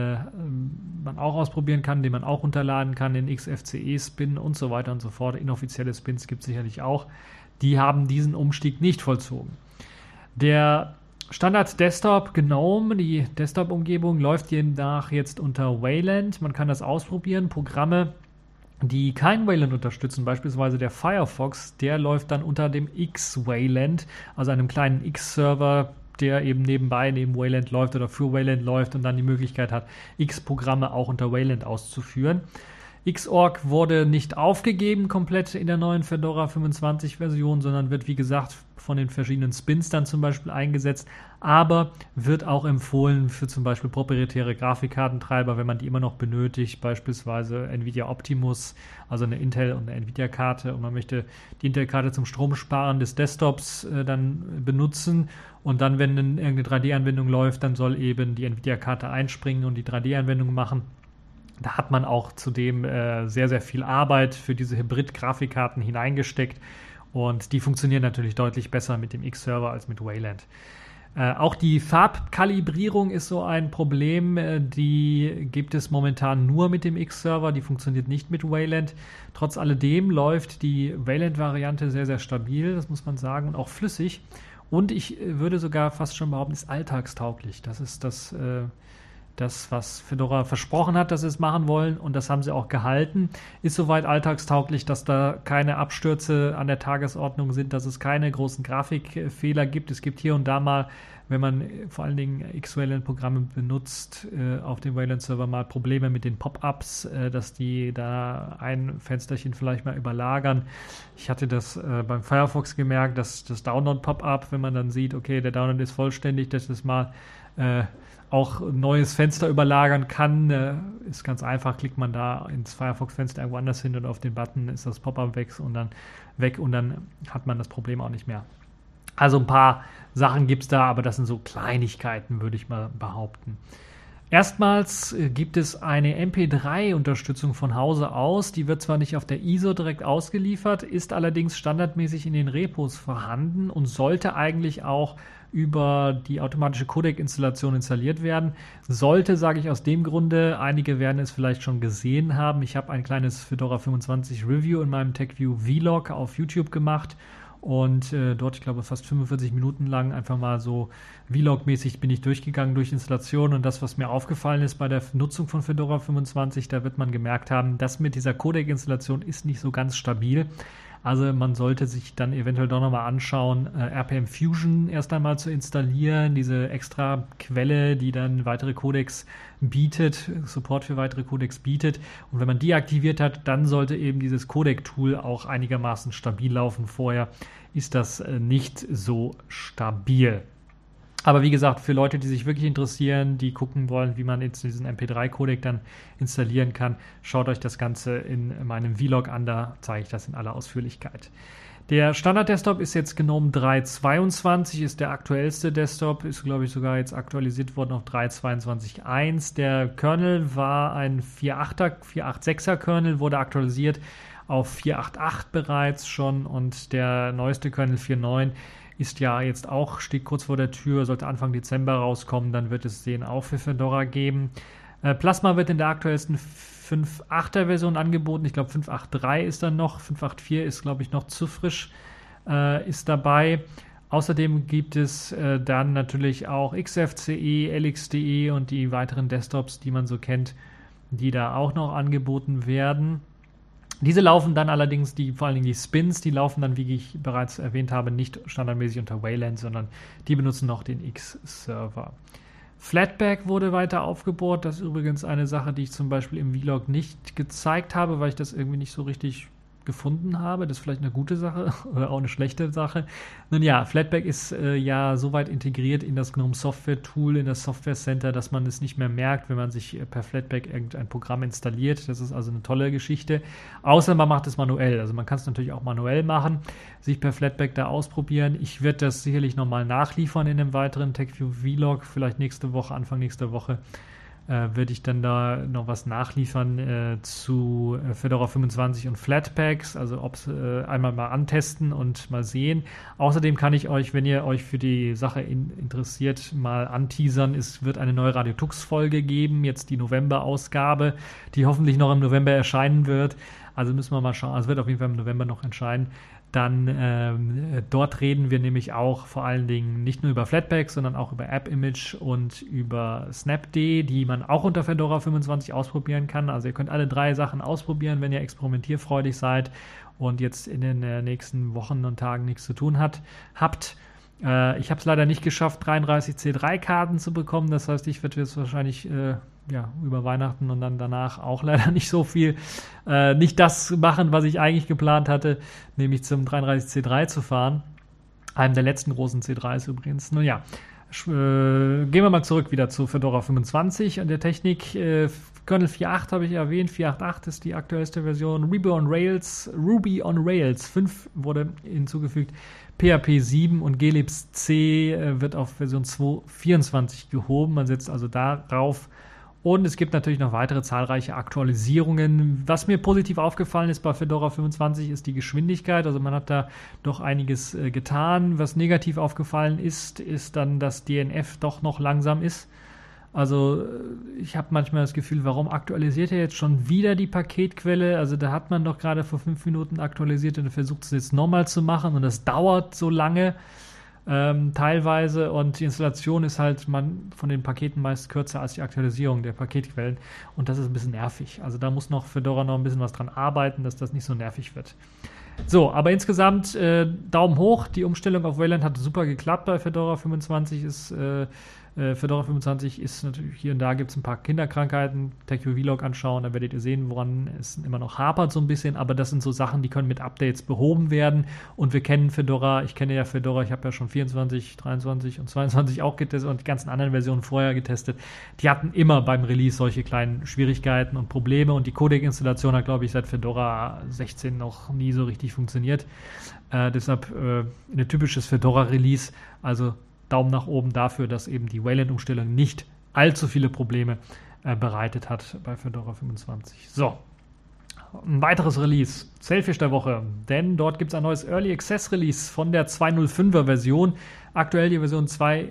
man auch ausprobieren kann, den man auch runterladen kann, den XFCE-Spin und so weiter und so fort. Inoffizielle Spins gibt es sicherlich auch. Die haben diesen Umstieg nicht vollzogen. Der Standard-Desktop GNOME, die Desktop-Umgebung, läuft demnach jetzt unter Wayland. Man kann das ausprobieren. Programme, die kein Wayland unterstützen, beispielsweise der Firefox, der läuft dann unter dem X-Wayland, also einem kleinen X-Server, der eben nebenbei neben Wayland läuft oder für Wayland läuft und dann die Möglichkeit hat, X-Programme auch unter Wayland auszuführen. Xorg wurde nicht aufgegeben komplett in der neuen Fedora 25 Version, sondern wird, wie gesagt, von den verschiedenen Spins dann zum Beispiel eingesetzt, aber wird auch empfohlen für zum Beispiel proprietäre Grafikkartentreiber, wenn man die immer noch benötigt, beispielsweise Nvidia Optimus, also eine Intel- und eine Nvidia-Karte, und man möchte die Intel-Karte zum Stromsparen des Desktops dann benutzen und dann, wenn irgendeine 3D-Anwendung läuft, dann soll eben die Nvidia-Karte einspringen und die 3D-Anwendung machen. Da hat man auch zudem sehr, sehr viel Arbeit für diese Hybrid-Grafikkarten hineingesteckt und die funktionieren natürlich deutlich besser mit dem X-Server als mit Wayland. Auch die Farbkalibrierung ist so ein Problem, die gibt es momentan nur mit dem X-Server, die funktioniert nicht mit Wayland. Trotz alledem läuft die Wayland-Variante sehr, sehr stabil, das muss man sagen, und auch flüssig. Und ich würde sogar fast schon behaupten, ist alltagstauglich. Das ist das, was Fedora versprochen hat, dass sie es machen wollen, und das haben sie auch gehalten, ist soweit alltagstauglich, dass da keine Abstürze an der Tagesordnung sind, dass es keine großen Grafikfehler gibt. Es gibt hier und da mal, wenn man vor allen Dingen X-Wayland-Programme benutzt, auf dem Wayland-Server mal Probleme mit den Pop-ups, dass die da ein Fensterchen vielleicht mal überlagern. Ich hatte das beim Firefox gemerkt, dass das Download-Pop-up, wenn man dann sieht, okay, der Download ist vollständig, dass das mal auch ein neues Fenster überlagern kann, ist ganz einfach, klickt man da ins Firefox-Fenster irgendwo anders hin und auf den Button ist das Pop-up weg und dann hat man das Problem auch nicht mehr. Also ein paar Sachen gibt es da, aber das sind so Kleinigkeiten, würde ich mal behaupten. Erstmals gibt es eine MP3-Unterstützung von Hause aus. Die wird zwar nicht auf der ISO direkt ausgeliefert, ist allerdings standardmäßig in den Repos vorhanden und sollte eigentlich auch über die automatische Codec-Installation installiert werden. Sollte, sage ich aus dem Grunde, einige werden es vielleicht schon gesehen haben. Ich habe ein kleines Fedora 25 Review in meinem TechView Vlog auf YouTube gemacht und dort, ich glaube, fast 45 Minuten lang einfach mal so Vlog-mäßig bin ich durchgegangen durch Installation, und das, was mir aufgefallen ist bei der Nutzung von Fedora 25, da wird man gemerkt haben, das mit dieser Codec-Installation ist nicht so ganz stabil. Also man sollte sich dann eventuell doch nochmal anschauen, RPM Fusion erst einmal zu installieren, diese extra Quelle, die dann weitere Codecs bietet, Support für weitere Codecs bietet. Und wenn man die aktiviert hat, dann sollte eben dieses Codec-Tool auch einigermaßen stabil laufen. Vorher ist das nicht so stabil. Aber wie gesagt, für Leute, die sich wirklich interessieren, die gucken wollen, wie man jetzt diesen MP3-Codec dann installieren kann, schaut euch das Ganze in meinem Vlog an, da zeige ich das in aller Ausführlichkeit. Der Standard-Desktop ist jetzt GNOME 3.22, ist der aktuellste Desktop, ist glaube ich sogar jetzt aktualisiert worden auf 3.22.1. Der Kernel war ein 4.8er, 4.8.6er Kernel, wurde aktualisiert auf 4.8.8 bereits schon und der neueste Kernel 4.9 ist ja jetzt auch, steht kurz vor der Tür, sollte Anfang Dezember rauskommen, dann wird es den auch für Fedora geben. Plasma wird in der aktuellsten 5.8er Version angeboten, ich glaube 5.8.3 ist dann noch, 5.8.4 ist glaube ich noch zu frisch, ist dabei. Außerdem gibt es dann natürlich auch XFCE, LXDE und die weiteren Desktops, die man so kennt, die da auch noch angeboten werden. Diese laufen dann allerdings, vor allen Dingen die Spins, die laufen dann, wie ich bereits erwähnt habe, nicht standardmäßig unter Wayland, sondern die benutzen noch den X-Server. Flatpak wurde weiter aufgebohrt. Das ist übrigens eine Sache, die ich zum Beispiel im Vlog nicht gezeigt habe, weil ich das irgendwie nicht so richtig gefunden habe. Das ist vielleicht eine gute Sache oder auch eine schlechte Sache. Nun ja, Flatpak ist ja soweit integriert in das GNOME Software Tool, in das Software Center, dass man es nicht mehr merkt, wenn man sich per Flatpak irgendein Programm installiert. Das ist also eine tolle Geschichte. Außer man macht es manuell. Also man kann es natürlich auch manuell machen, sich per Flatpak da ausprobieren. Ich werde das sicherlich nochmal nachliefern in einem weiteren TechView Vlog, vielleicht nächste Woche, Anfang nächster Woche. Würde ich dann da noch was nachliefern zu Fedora 25 und Flatpaks, also ob es einmal mal antesten und mal sehen. Außerdem kann ich euch, wenn ihr euch für die Sache interessiert, mal anteasern. Es wird eine neue Radio Tux Folge geben, jetzt die November-Ausgabe, die hoffentlich noch im November erscheinen wird. Also müssen wir mal schauen, also wird auf jeden Fall im November noch erscheinen. Dann dort reden wir nämlich auch vor allen Dingen nicht nur über Flatpak, sondern auch über AppImage und über Snapd, die man auch unter Fedora 25 ausprobieren kann. Also ihr könnt alle 3 Sachen ausprobieren, wenn ihr experimentierfreudig seid und jetzt in den nächsten Wochen und Tagen nichts zu tun habt. Ich habe es leider nicht geschafft, 33C3-Karten zu bekommen. Das heißt, ich werde jetzt wahrscheinlich über Weihnachten und dann danach auch leider nicht so viel, nicht das machen, was ich eigentlich geplant hatte, nämlich zum 33C3 zu fahren. Einem der letzten großen C3s übrigens. Nun ja, gehen wir mal zurück wieder zu Fedora 25 und der Technik. Kernel 4.8 habe ich erwähnt, 4.8.8 ist die aktuellste Version. Ruby on Rails 5 wurde hinzugefügt. PHP 7 und glibc wird auf Version 2.24 gehoben. Man setzt also darauf. Und es gibt natürlich noch weitere zahlreiche Aktualisierungen. Was mir positiv aufgefallen ist bei Fedora 25 ist die Geschwindigkeit. Also man hat da doch einiges getan. Was negativ aufgefallen ist dann, dass DNF doch noch langsam ist. Also ich habe manchmal das Gefühl, warum aktualisiert er jetzt schon wieder die Paketquelle? Also da hat man doch gerade vor 5 Minuten aktualisiert und versucht es jetzt nochmal zu machen und das dauert so lange teilweise und die Installation ist halt von den Paketen meist kürzer als die Aktualisierung der Paketquellen und das ist ein bisschen nervig. Also da muss noch Fedora noch ein bisschen was dran arbeiten, dass das nicht so nervig wird. So, aber insgesamt Daumen hoch. Die Umstellung auf Wayland hat super geklappt bei Fedora 25. Fedora 25 ist natürlich, hier und da gibt es ein paar Kinderkrankheiten. TechView Vlog anschauen, da werdet ihr sehen, woran es immer noch hapert so ein bisschen. Aber das sind so Sachen, die können mit Updates behoben werden. Und wir kennen Fedora, ich kenne ja Fedora, ich habe ja schon 24, 23 und 22 auch getestet und die ganzen anderen Versionen vorher getestet. Die hatten immer beim Release solche kleinen Schwierigkeiten und Probleme. Und die Codec-Installation hat, glaube ich, seit Fedora 16 noch nie so richtig funktioniert. Deshalb ein typisches Fedora-Release. Also Daumen nach oben dafür, dass eben die Wayland-Umstellung nicht allzu viele Probleme bereitet hat bei Fedora 25. So, ein weiteres Release, Sailfish der Woche, denn dort gibt es ein neues Early Access Release von der 2.05er Version, aktuell die Version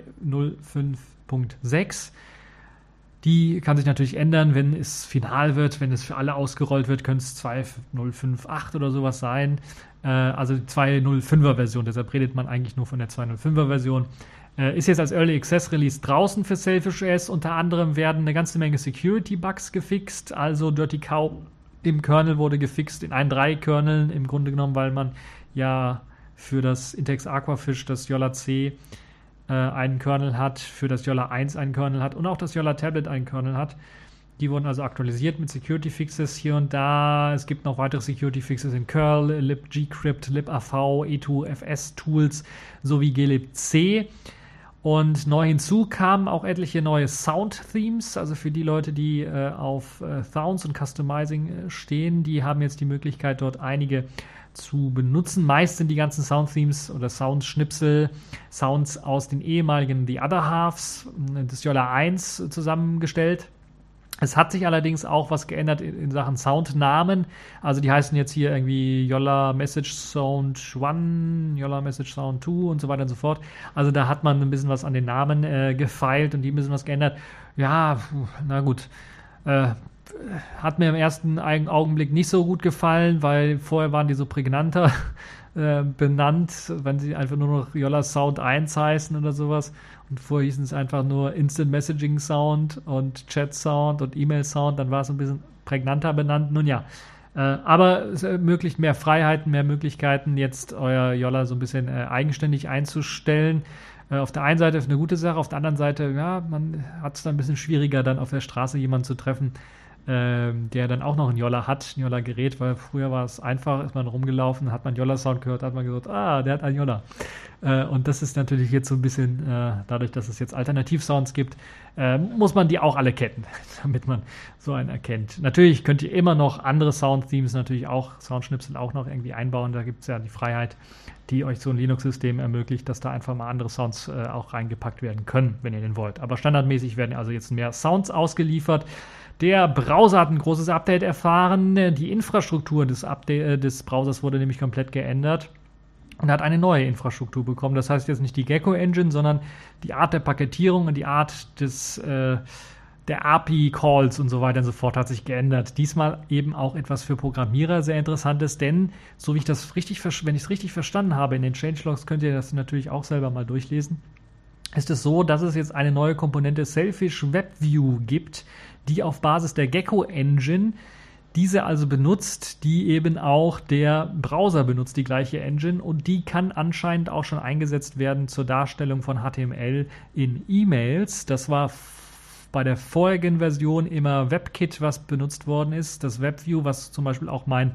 2.05.6. Die kann sich natürlich ändern, wenn es final wird, wenn es für alle ausgerollt wird, könnte es 2.058 oder sowas sein. Also die 2.05er Version, deshalb redet man eigentlich nur von der 2.05er Version. Ist jetzt als Early Access Release draußen für Sailfish OS. Unter anderem werden eine ganze Menge Security Bugs gefixt, also Dirty Cow im Kernel wurde gefixt, in 1.3 Kerneln im Grunde genommen, weil man ja für das Intex Aquafish, das Yola C einen Kernel hat, für das Yola 1 einen Kernel hat und auch das Yola Tablet einen Kernel hat. Die wurden also aktualisiert mit Security Fixes hier und da. Es gibt noch weitere Security Fixes in Curl, libgcrypt, libav, E2FS Tools sowie glibc. Und neu hinzu kamen auch etliche neue Sound-Themes, also für die Leute, die auf Sounds und Customizing stehen, die haben jetzt die Möglichkeit, dort einige zu benutzen. Meist sind die ganzen Sound-Themes oder Sound-Schnipsel, Sounds aus den ehemaligen The Other Halves des Yola 1 zusammengestellt. Es hat sich allerdings auch was geändert in Sachen Soundnamen. Also die heißen jetzt hier irgendwie Yola Message Sound 1, Yola Message Sound 2 und so weiter und so fort. Also da hat man ein bisschen was an den Namen gefeilt und die ein bisschen was geändert. Ja, na gut. Hat mir im ersten Augenblick nicht so gut gefallen, weil vorher waren die so prägnanter benannt, wenn sie einfach nur noch Yola Sound 1 heißen oder sowas. Und vorher hießen es einfach nur Instant Messaging Sound und Chat Sound und E-Mail Sound. Dann war es ein bisschen prägnanter benannt. Nun ja, aber es ermöglicht mehr Freiheiten, mehr Möglichkeiten, jetzt euer Yola so ein bisschen eigenständig einzustellen. Auf der einen Seite ist eine gute Sache, auf der anderen Seite, ja, man hat es dann ein bisschen schwieriger, dann auf der Straße jemanden zu treffen, der dann auch noch ein Yola hat, ein Yola-Gerät, weil früher war es einfach, ist man rumgelaufen, hat man Yola-Sound gehört, hat man gesagt, der hat ein Yola. Und das ist natürlich jetzt so ein bisschen, dadurch, dass es jetzt Alternativ-Sounds gibt, muss man die auch alle kennen, damit man so einen erkennt. Natürlich könnt ihr immer noch andere Sound-Themes, natürlich auch Soundschnipsel auch noch irgendwie einbauen, da gibt es ja die Freiheit, die euch so ein Linux-System ermöglicht, dass da einfach mal andere Sounds auch reingepackt werden können, wenn ihr den wollt. Aber standardmäßig werden also jetzt mehr Sounds ausgeliefert. Der Browser hat ein großes Update erfahren. Die Infrastruktur des Browsers wurde nämlich komplett geändert und hat eine neue Infrastruktur bekommen. Das heißt jetzt nicht die Gecko Engine, sondern die Art der Paketierung und die Art der API-Calls und so weiter und so fort hat sich geändert. Diesmal eben auch etwas für Programmierer sehr Interessantes, denn so wie ich das wenn ich es richtig verstanden habe, in den Changelogs könnt ihr das natürlich auch selber mal durchlesen, ist es so, dass es jetzt eine neue Komponente Selfish WebView gibt, die auf Basis der Gecko Engine diese also benutzt, die eben auch der Browser benutzt, die gleiche Engine, und die kann anscheinend auch schon eingesetzt werden zur Darstellung von HTML in E-Mails. Das war bei der vorigen Version immer WebKit, was benutzt worden ist, das WebView, was zum Beispiel auch mein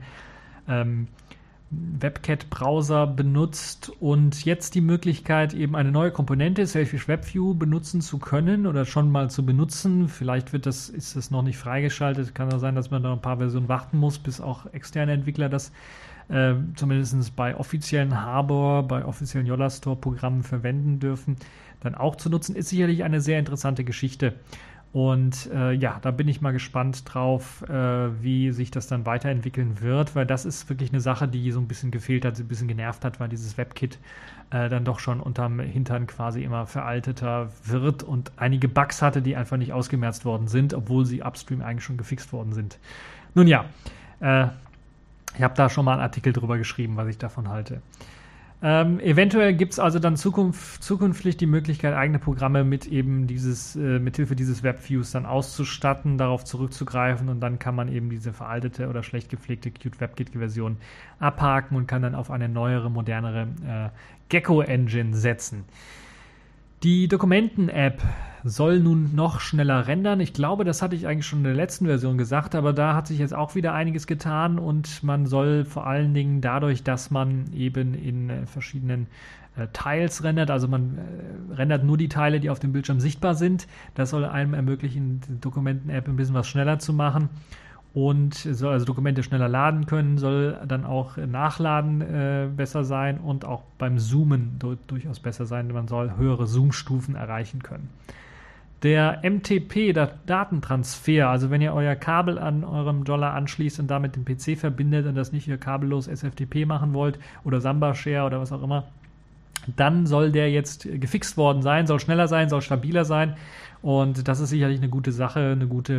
WebKit-Browser benutzt, und jetzt die Möglichkeit, eben eine neue Komponente, Selfish WebView, benutzen zu können oder schon mal zu benutzen. Vielleicht ist das noch nicht freigeschaltet. Kann auch sein, dass man da ein paar Versionen warten muss, bis auch externe Entwickler das zumindest bei offiziellen Harbor, bei offiziellen Yola Store-Programmen verwenden dürfen, dann auch zu nutzen. Ist sicherlich eine sehr interessante Geschichte. Und da bin ich mal gespannt drauf, wie sich das dann weiterentwickeln wird, weil das ist wirklich eine Sache, die so ein bisschen gefehlt hat, ein bisschen genervt hat, weil dieses WebKit dann doch schon unterm Hintern quasi immer veralteter wird und einige Bugs hatte, die einfach nicht ausgemerzt worden sind, obwohl sie upstream eigentlich schon gefixt worden sind. Nun ja, ich habe da schon mal einen Artikel drüber geschrieben, was ich davon halte. Eventuell gibt es also dann zukünftig die Möglichkeit, eigene Programme mit eben mithilfe dieses WebViews dann auszustatten, darauf zurückzugreifen, und dann kann man eben diese veraltete oder schlecht gepflegte Qt WebKit-Version abhaken und kann dann auf eine neuere, modernere Gecko-Engine setzen. Die Dokumenten-App soll nun noch schneller rendern. Ich glaube, das hatte ich eigentlich schon in der letzten Version gesagt, aber da hat sich jetzt auch wieder einiges getan, und man soll vor allen Dingen dadurch, dass man eben in verschiedenen Tiles rendert, also man rendert nur die Teile, die auf dem Bildschirm sichtbar sind. Das soll einem ermöglichen, die Dokumenten-App ein bisschen was schneller zu machen. Und soll also Dokumente schneller laden können, soll dann auch Nachladen besser sein und auch beim Zoomen durchaus besser sein. Man soll höhere Zoom-Stufen erreichen können. Der MTP, der Datentransfer, also wenn ihr euer Kabel an eurem Yola anschließt und damit den PC verbindet und das nicht ihr kabellos SFTP machen wollt oder Samba Share oder was auch immer, dann soll der jetzt gefixt worden sein, soll schneller sein, soll stabiler sein, und das ist sicherlich eine gute Sache,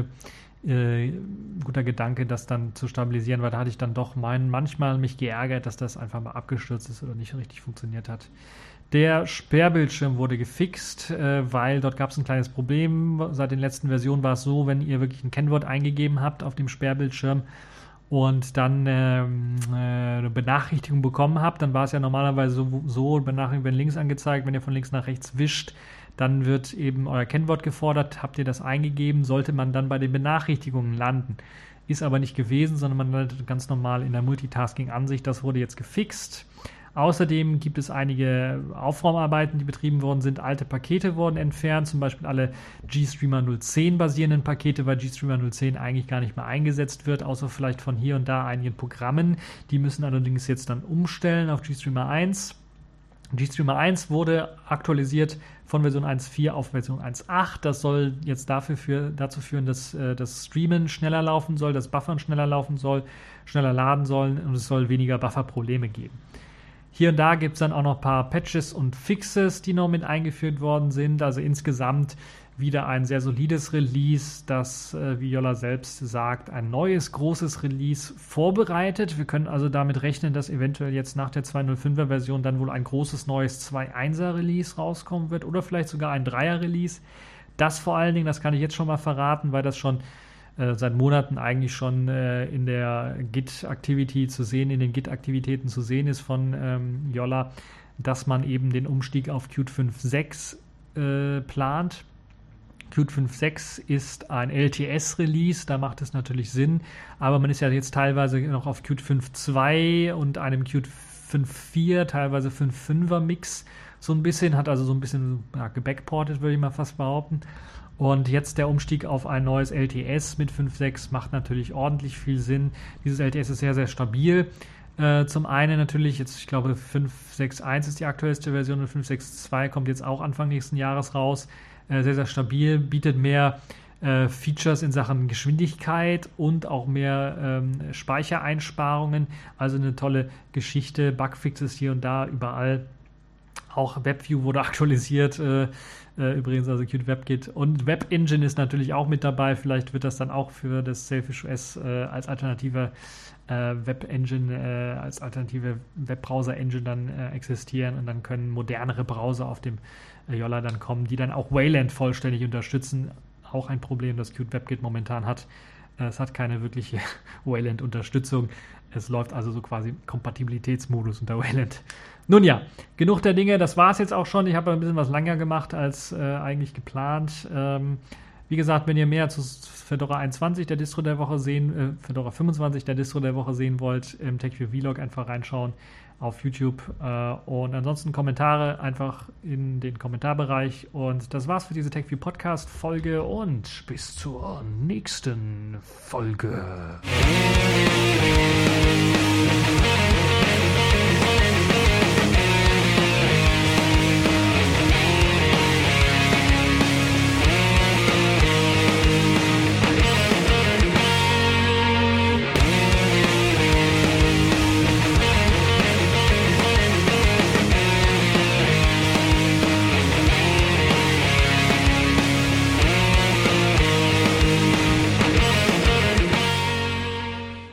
guter Gedanke, das dann zu stabilisieren, weil da hatte ich dann doch manchmal mich geärgert, dass das einfach mal abgestürzt ist oder nicht richtig funktioniert hat. Der Sperrbildschirm wurde gefixt, weil dort gab es ein kleines Problem. Seit den letzten Versionen war es so, wenn ihr wirklich ein Kennwort eingegeben habt auf dem Sperrbildschirm und dann eine Benachrichtigung bekommen habt, dann war es ja normalerweise so Benachrichtigung, wenn links angezeigt, wenn ihr von links nach rechts wischt, dann wird eben euer Kennwort gefordert, habt ihr das eingegeben, sollte man dann bei den Benachrichtigungen landen. Ist aber nicht gewesen, sondern man landet ganz normal in der Multitasking-Ansicht. Das wurde jetzt gefixt. Außerdem gibt es einige Aufräumarbeiten, die betrieben worden sind. Alte Pakete wurden entfernt, zum Beispiel alle GStreamer 010 basierenden Pakete, weil GStreamer 010 eigentlich gar nicht mehr eingesetzt wird, außer vielleicht von hier und da einigen Programmen. Die müssen allerdings jetzt dann umstellen auf GStreamer 1. GStreamer 1 wurde aktualisiert von Version 1.4 auf Version 1.8. Das soll jetzt dazu führen, dass das Streamen schneller laufen soll, das Buffern schneller laufen soll, schneller laden sollen und es soll weniger Bufferprobleme geben. Hier und da gibt es dann auch noch ein paar Patches und Fixes, die noch mit eingeführt worden sind. Also insgesamt wieder ein sehr solides Release, das, wie Jolla selbst sagt, ein neues, großes Release vorbereitet. Wir können also damit rechnen, dass eventuell jetzt nach der 2.05er Version dann wohl ein großes neues 2.1er Release rauskommen wird oder vielleicht sogar ein 3er Release. Das vor allen Dingen, das kann ich jetzt schon mal verraten, weil das schon seit Monaten eigentlich schon in der Git-Activity zu sehen, in den Git-Aktivitäten zu sehen ist von Jolla, dass man eben den Umstieg auf Qt 5.6 plant. Qt 5.6 ist ein LTS-Release, da macht es natürlich Sinn, aber man ist ja jetzt teilweise noch auf Qt 5.2 und einem Qt 5.4, teilweise 5.5er Mix so ein bisschen, hat also so ein bisschen gebackportet, würde ich mal fast behaupten. Und jetzt der Umstieg auf ein neues LTS mit 5.6 macht natürlich ordentlich viel Sinn. Dieses LTS ist sehr, sehr stabil. Zum einen natürlich, jetzt ich glaube 5.6.1 ist die aktuellste Version und 5.6.2 kommt jetzt auch Anfang nächsten Jahres raus. Sehr, sehr stabil, bietet mehr Features in Sachen Geschwindigkeit und auch mehr Speichereinsparungen. Also eine tolle Geschichte, Bugfixes hier und da überall. Auch WebView wurde aktualisiert, übrigens also Qt WebKit und Web Engine ist natürlich auch mit dabei. Vielleicht wird das dann auch für das Sailfish OS als alternative Web Engine, als alternative Webbrowser Engine dann existieren und dann können modernere Browser auf dem Jolla dann kommen, die dann auch Wayland vollständig unterstützen. Auch ein Problem, das Qt WebKit momentan hat. Es hat keine wirkliche Wayland-Unterstützung. Es läuft also so quasi Kompatibilitätsmodus unter Wayland. Nun ja, genug der Dinge. Das war es jetzt auch schon. Ich habe ein bisschen was länger gemacht als eigentlich geplant. Wie gesagt, wenn ihr mehr zu Fedora 21 der Distro der Woche Fedora 25 der Distro der Woche sehen wollt, im TechView Vlog einfach reinschauen auf YouTube. Und ansonsten Kommentare einfach in den Kommentarbereich. Und das war's für diese TechView Podcast Folge und bis zur nächsten Folge.